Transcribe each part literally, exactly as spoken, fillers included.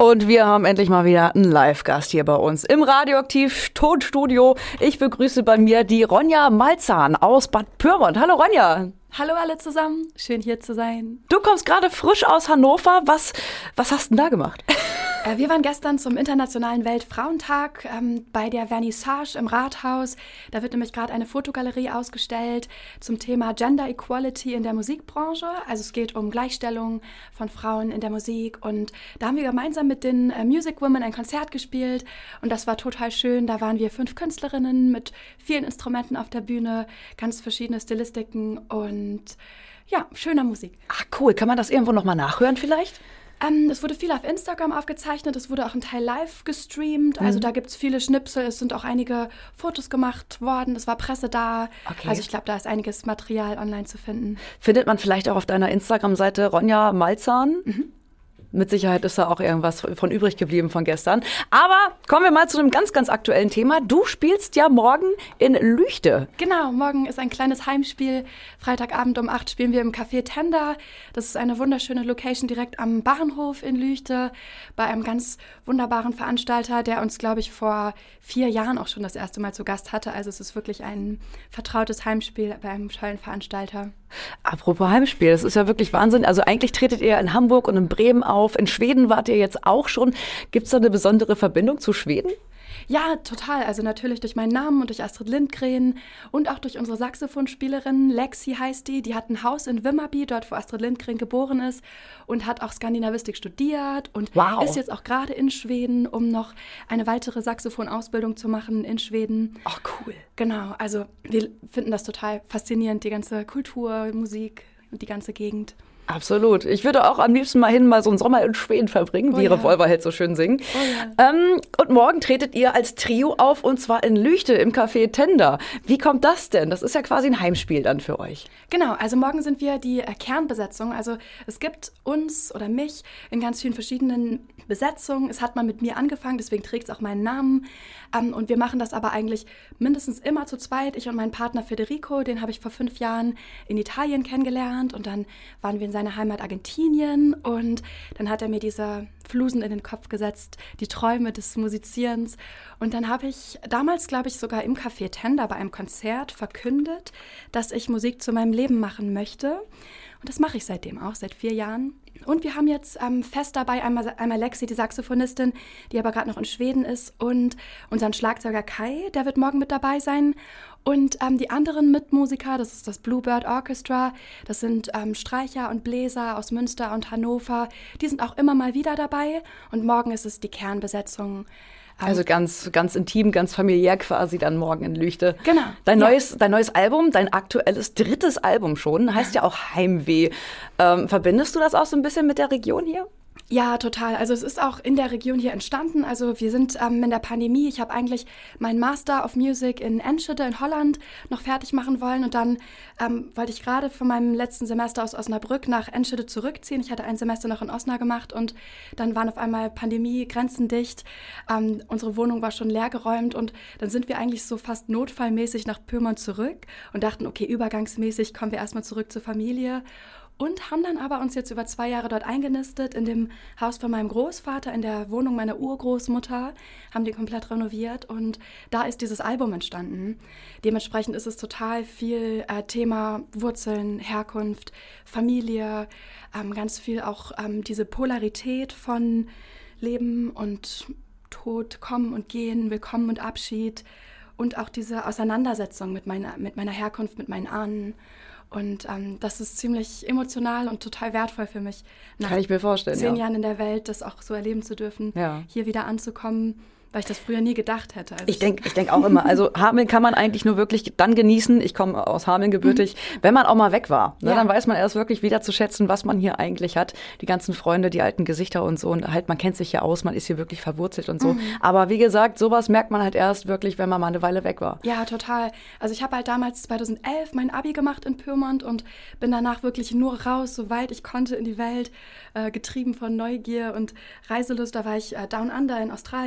Und wir haben endlich mal wieder einen Live-Gast hier bei uns im Radioaktiv-Tonstudio. Ich begrüße bei mir die Ronja Malzahn aus Bad Pyrmont. Hallo Ronja. Hallo alle zusammen, schön hier zu sein. Du kommst gerade frisch aus Hannover. Was, was hast du denn da gemacht? Äh, wir waren gestern zum Internationalen Weltfrauentag ähm, bei der Vernissage im Rathaus. Da wird nämlich gerade eine Fotogalerie ausgestellt zum Thema Gender Equality in der Musikbranche. Also es geht um Gleichstellung von Frauen in der Musik. Und da haben wir gemeinsam mit den äh, Music Women ein Konzert gespielt. Und das war total schön. Da waren wir fünf Künstlerinnen mit vielen Instrumenten auf der Bühne, ganz verschiedene Stilistiken und ja, schöner Musik. Ach cool, kann man das irgendwo nochmal nachhören vielleicht? Ähm, es wurde viel auf Instagram aufgezeichnet, es wurde auch ein Teil live gestreamt, also mhm. da gibt es viele Schnipsel, es sind auch einige Fotos gemacht worden, es war Presse da, okay. Also ich glaube, da ist einiges Material online zu finden. Findet man vielleicht auch auf deiner Instagram-Seite Ronja Malzahn? Mhm. Mit Sicherheit ist da auch irgendwas von übrig geblieben von gestern. Aber kommen wir mal zu einem ganz, ganz aktuellen Thema. Du spielst ja morgen in Lüchte. Genau, morgen ist ein kleines Heimspiel. Freitagabend um acht spielen wir im Café Tender. Das ist eine wunderschöne Location direkt am Bahnhof in Lüchte bei einem ganz wunderbaren Veranstalter, der uns, glaube ich, vor vier Jahren auch schon das erste Mal zu Gast hatte. Also es ist wirklich ein vertrautes Heimspiel bei einem tollen Veranstalter. Apropos Heimspiel, das ist ja wirklich Wahnsinn. Also eigentlich tretet ihr in Hamburg und in Bremen auf. In Schweden wart ihr jetzt auch schon. Gibt es da eine besondere Verbindung zu Schweden? Ja, total. Also natürlich durch meinen Namen und durch Astrid Lindgren und auch durch unsere Saxophonspielerin. Lexi heißt die. Die hat ein Haus in Vimmerby, dort wo Astrid Lindgren geboren ist und hat auch Skandinavistik studiert und wow. ist jetzt auch gerade in Schweden, um noch eine weitere Saxophonausbildung zu machen in Schweden. Ach, cool. Genau, also wir finden das total faszinierend, die ganze Kultur, Musik und die ganze Gegend. Absolut. Ich würde auch am liebsten mal hin, mal so einen Sommer in Schweden verbringen, oh wie ja. Revolverheld so schön singen. Oh ja. ähm, und morgen tretet ihr als Trio auf, und zwar in Lüchte im Café Tender. Wie kommt das denn? Das ist ja quasi ein Heimspiel dann für euch. Genau, also morgen sind wir die äh, Kernbesetzung. Also es gibt uns oder mich in ganz vielen verschiedenen Besetzungen. Es hat mal mit mir angefangen, deswegen trägt es auch meinen Namen. Ähm, und wir machen das aber eigentlich mindestens immer zu zweit. Ich und mein Partner Federico, den habe ich vor fünf Jahren in Italien kennengelernt. Und dann waren wir in seiner Heimat Argentinien. Und dann hat er mir diese Flusen in den Kopf gesetzt, die Träume des Musizierens. Und dann habe ich damals, glaube ich, sogar im Café Tender bei einem Konzert verkündet, dass ich Musik zu meinem Leben machen möchte. Und das mache ich seitdem auch, seit vier Jahren. Und wir haben jetzt ähm, fest dabei einmal, einmal Lexi, die Saxophonistin, die aber gerade noch in Schweden ist, und unseren Schlagzeuger Kai, der wird morgen mit dabei sein. Und ähm, die anderen Mitmusiker, das ist das Bluebird Orchestra, das sind ähm, Streicher und Bläser aus Münster und Hannover, die sind auch immer mal wieder dabei. Und morgen ist es die Kernbesetzung. Also ganz, ganz intim, ganz familiär quasi dann morgen in Lüchte. Genau. Dein, ja. neues, dein neues Album, dein aktuelles drittes Album schon, heißt ja auch Heimweh. Ähm, verbindest du das auch so ein bisschen mit der Region hier? Ja, total. Also es ist auch in der Region hier entstanden. Also wir sind ähm, in der Pandemie. Ich habe eigentlich meinen Master of Music in Enschede in Holland noch fertig machen wollen. Und dann ähm, wollte ich gerade von meinem letzten Semester aus Osnabrück nach Enschede zurückziehen. Ich hatte ein Semester noch in Osnabrück gemacht und dann waren auf einmal Pandemie, Grenzen dicht. Ähm, unsere Wohnung war schon leergeräumt und dann sind wir eigentlich so fast notfallmäßig nach Pyrmont zurück und dachten, okay, übergangsmäßig kommen wir erstmal zurück zur Familie. Und haben dann aber uns jetzt über zwei Jahre dort eingenistet, in dem Haus von meinem Großvater, in der Wohnung meiner Urgroßmutter, haben die komplett renoviert und da ist dieses Album entstanden. Dementsprechend ist es total viel äh, Thema Wurzeln, Herkunft, Familie, ähm, ganz viel auch ähm, diese Polarität von Leben und Tod, Kommen und Gehen, Willkommen und Abschied und auch diese Auseinandersetzung mit meiner, mit meiner Herkunft, mit meinen Ahnen. Und ähm, das ist ziemlich emotional und total wertvoll für mich, nach Kann ich mir vorstellen, zehn ja. Jahren in der Welt das auch so erleben zu dürfen, ja. hier wieder anzukommen, weil ich das früher nie gedacht hätte. Also ich denke ich denk auch immer, also Hameln kann man eigentlich nur wirklich dann genießen, ich komme aus Hameln gebürtig, mhm. wenn man auch mal weg war. Ne? Ja. Dann weiß man erst wirklich wieder zu schätzen, was man hier eigentlich hat. Die ganzen Freunde, die alten Gesichter und so. Und halt, man kennt sich hier aus, man ist hier wirklich verwurzelt und so. Mhm. Aber wie gesagt, sowas merkt man halt erst wirklich, wenn man mal eine Weile weg war. Ja, total. Also ich habe halt damals zweitausendelf mein Abi gemacht in Pyrmont und bin danach wirklich nur raus, soweit ich konnte in die Welt, äh, getrieben von Neugier und Reiselust. Da war ich äh, Down Under in Australien, Neuseeland,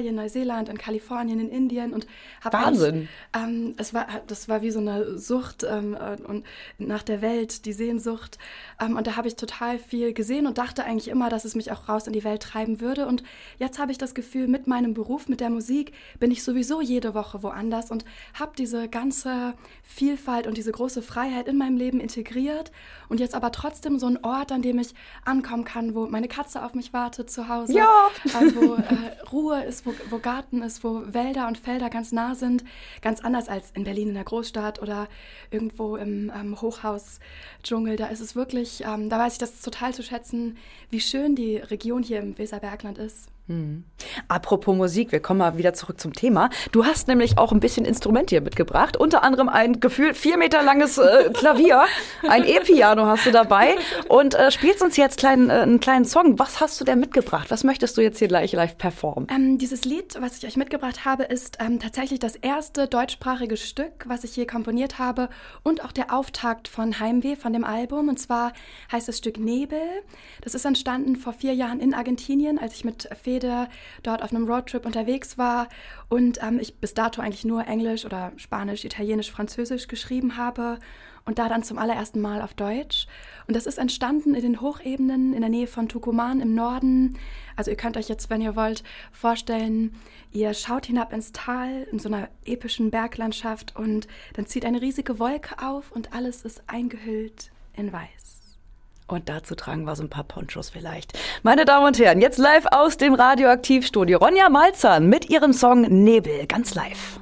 Neuseeland, in Kalifornien, in Indien und habe Wahnsinn. Ähm, es war, das war wie so eine Sucht ähm, und nach der Welt, die Sehnsucht. Ähm, und da habe ich total viel gesehen und dachte eigentlich immer, dass es mich auch raus in die Welt treiben würde. Und jetzt habe ich das Gefühl, mit meinem Beruf, mit der Musik, bin ich sowieso jede Woche woanders und habe diese ganze Vielfalt und diese große Freiheit in meinem Leben integriert. Und jetzt aber trotzdem so ein Ort, an dem ich ankommen kann, wo meine Katze auf mich wartet zu Hause, ja. äh, wo äh, Ruhe ist, wo, wo Garten ist, wo Wälder und Felder ganz nah sind. Ganz anders als in Berlin in der Großstadt oder irgendwo im ähm, Hochhaus-Dschungel. Da ist es wirklich, ähm, da weiß ich das total zu schätzen, wie schön die Region hier im Weserbergland ist. Hm. Apropos Musik, wir kommen mal wieder zurück zum Thema. Du hast nämlich auch ein bisschen Instrument hier mitgebracht, unter anderem ein gefühlt vier Meter langes äh, Klavier, ein E-Piano hast du dabei und äh, spielst uns jetzt kleinen, äh, einen kleinen Song. Was hast du denn mitgebracht? Was möchtest du jetzt hier gleich live performen? Ähm, dieses Lied, was ich euch mitgebracht habe, ist ähm, tatsächlich das erste deutschsprachige Stück, was ich hier komponiert habe und auch der Auftakt von Heimweh, von dem Album. Und zwar heißt das Stück Nebel. Das ist entstanden vor vier Jahren in Argentinien, als ich mit Fede dort auf einem Roadtrip unterwegs war und ähm, ich bis dato eigentlich nur Englisch oder Spanisch, Italienisch, Französisch geschrieben habe und da dann zum allerersten Mal auf Deutsch. Und das ist entstanden in den Hochebenen in der Nähe von Tucumán im Norden. Also ihr könnt euch jetzt, wenn ihr wollt, vorstellen, ihr schaut hinab ins Tal in so einer epischen Berglandschaft und dann zieht eine riesige Wolke auf und alles ist eingehüllt in Weiß. Und dazu tragen wir so ein paar Ponchos vielleicht. Meine Damen und Herren, jetzt live aus dem Radioaktivstudio. Ronja Malzahn mit ihrem Song Nebel, ganz live.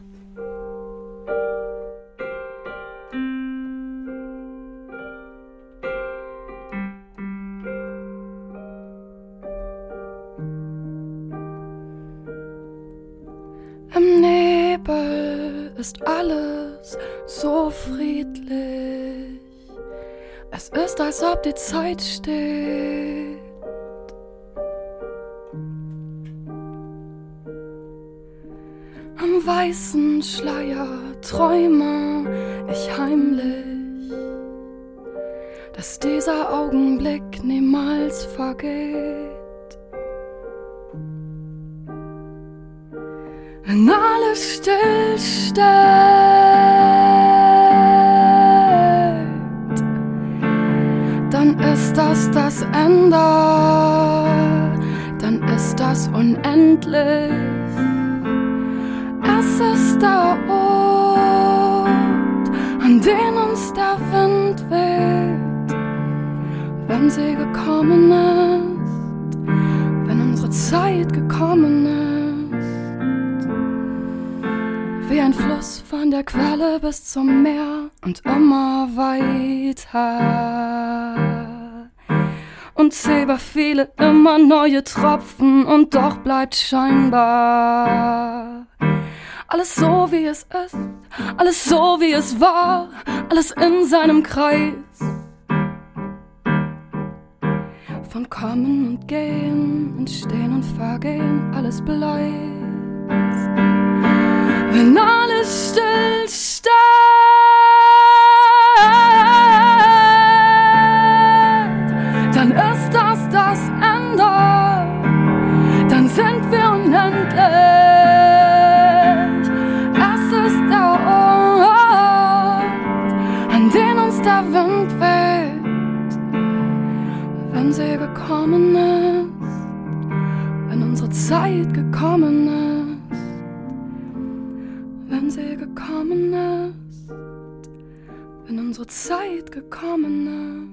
Im Nebel ist alles so friedlich. Es ist, als ob die Zeit steht. Am weißen Schleier träume ich heimlich, dass dieser Augenblick niemals vergeht. Wenn alles stillsteht, dann ist das das Ende, dann ist das unendlich. Es ist der Ort, an den uns der Wind weht, wenn sie gekommen ist, wenn unsere Zeit gekommen ist. Wie ein Fluss von der Quelle bis zum Meer und immer weiter. Und Zebra viele immer neue Tropfen und doch bleibt scheinbar alles so wie es ist, alles so wie es war, alles in seinem Kreis. Von Kommen und Gehen, Entstehen und Vergehen, alles bleibt. Wenn alles still steht, dann ist das das Ende, dann sind wir unendlich. Es ist der Ort, an den uns der Wind weht, wenn sie gekommen ist, wenn unsere Zeit gekommen ist. Wenn sie gekommen ist, wenn unsere Zeit gekommen ist.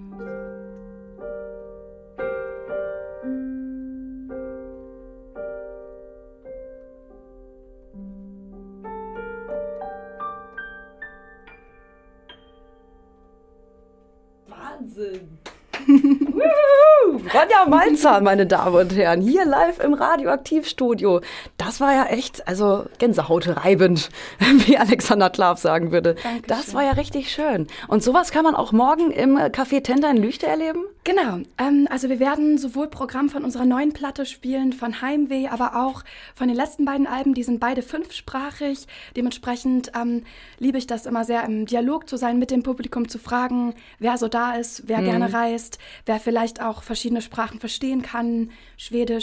Wahnsinn! Ronja Malzahn, meine Damen und Herren, hier live im Radioaktivstudio. Das war ja echt, also gänsehautreibend, wie Alexander Klaff sagen würde. Dankeschön. Das war ja richtig schön. Und sowas kann man auch morgen im Café Tenda in Lüchte erleben? Genau, ähm, also wir werden sowohl Programm von unserer neuen Platte spielen, von Heimweh, aber auch von den letzten beiden Alben, die sind beide fünfsprachig. Dementsprechend ähm, liebe ich das immer sehr, im Dialog zu sein, mit dem Publikum zu fragen, wer so da ist, wer mhm. gerne reist, wer vielleicht auch verschiedene Sprachen verstehen kann, Schwedisch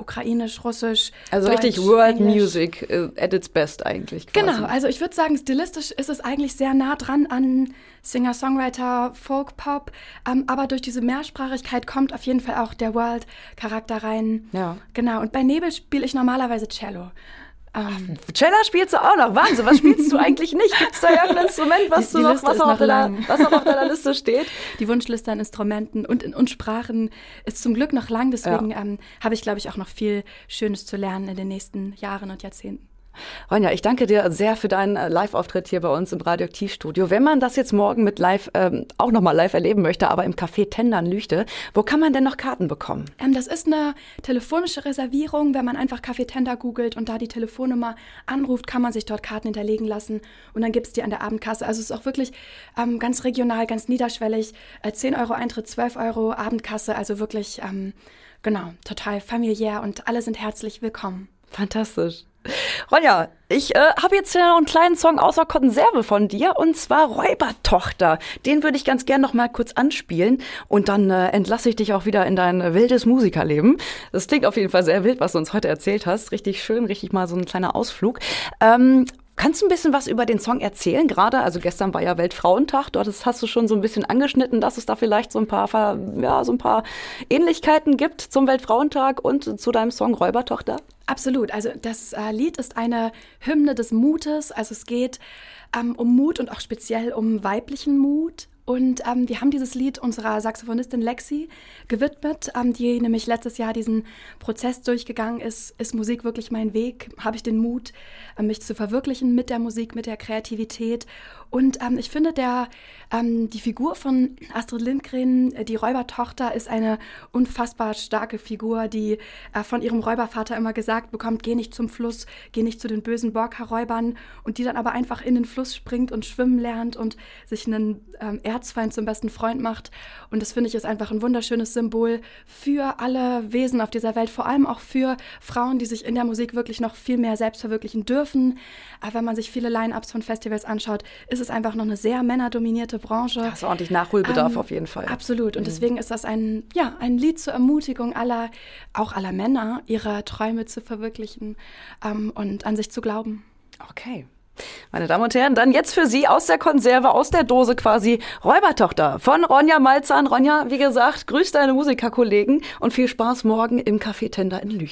ukrainisch, russisch, Also Deutsch, richtig World Englisch. Music uh, at its best eigentlich quasi. Genau, also ich würde sagen, stilistisch ist es eigentlich sehr nah dran an Singer-Songwriter, Folk-Pop, ähm, aber durch diese Mehrsprachigkeit kommt auf jeden Fall auch der World-Charakter rein. Ja. Genau, und bei Nebel spiele ich normalerweise Cello. Ähm, Cello spielst du auch noch. Wahnsinn, was spielst du eigentlich nicht? Gibt es da irgendein Instrument, was, Die- du die noch, Liste was, ist noch noch auf deiner, lang. was noch auf deiner Liste steht? Die Wunschliste an Instrumenten und in und Sprachen ist zum Glück noch lang, deswegen ähm, habe ich, glaube ich, auch noch viel Schönes zu lernen in den nächsten Jahren und Jahrzehnten. Ronja, ich danke dir sehr für deinen äh, Live-Auftritt hier bei uns im Radioaktivstudio. Wenn man das jetzt morgen mit live, ähm, auch nochmal live erleben möchte, aber im Café Tendern Lüchte, wo kann man denn noch Karten bekommen? Ähm, das ist eine telefonische Reservierung. Wenn man einfach Café Tender googelt und da die Telefonnummer anruft, kann man sich dort Karten hinterlegen lassen und dann gibt es die an der Abendkasse. Also es ist auch wirklich ähm, ganz regional, ganz niederschwellig. Äh, zehn Euro Eintritt, zwölf Euro Abendkasse. Also wirklich, ähm, genau, total familiär und alle sind herzlich willkommen. Fantastisch. Ronja, ich äh, habe jetzt ja noch einen kleinen Song außer Konserve von dir, und zwar Räubertochter. Den würde ich ganz gern noch mal kurz anspielen und dann äh, entlasse ich dich auch wieder in dein äh, wildes Musikerleben. Das klingt auf jeden Fall sehr wild, was du uns heute erzählt hast. Richtig schön, richtig mal so ein kleiner Ausflug. Ähm, Kannst du ein bisschen was über den Song erzählen? Gerade, also gestern war ja Weltfrauentag, dort hast du schon so ein bisschen angeschnitten, dass es da vielleicht so ein paar, ja, so ein paar Ähnlichkeiten gibt zum Weltfrauentag und zu deinem Song Räubertochter. Absolut. Also das äh, Lied ist eine Hymne des Mutes. Also es geht ähm, um Mut und auch speziell um weiblichen Mut. Und ähm, wir haben dieses Lied unserer Saxophonistin Lexi gewidmet, ähm, die nämlich letztes Jahr diesen Prozess durchgegangen ist. Ist Musik wirklich mein Weg? Habe ich den Mut, äh, mich zu verwirklichen mit der Musik, mit der Kreativität? Und ähm, ich finde, der, ähm, die Figur von Astrid Lindgren, äh, die Räubertochter, ist eine unfassbar starke Figur, die äh, von ihrem Räubervater immer gesagt bekommt, geh nicht zum Fluss, geh nicht zu den bösen Borka-Räubern, und die dann aber einfach in den Fluss springt und schwimmen lernt und sich einen ähm, Erzfeind zum besten Freund macht. Und das finde ich ist einfach ein wunderschönes Symbol für alle Wesen auf dieser Welt, vor allem auch für Frauen, die sich in der Musik wirklich noch viel mehr selbst verwirklichen dürfen. Aber wenn man sich viele Line-Ups von Festivals anschaut, ist es einfach noch eine sehr männerdominierte Branche. Da ist ordentlich Nachholbedarf Ähm, auf jeden Fall. Absolut. Und Mhm. deswegen ist das ein, ja, ein Lied zur Ermutigung aller, auch aller Männer, ihre Träume zu verwirklichen ähm, und an sich zu glauben. Okay. Meine Damen und Herren, dann jetzt für Sie aus der Konserve, aus der Dose quasi, Räubertochter von Ronja Malzahn. Ronja, wie gesagt, grüß deine Musikerkollegen und viel Spaß morgen im Café Tender in Lüchten.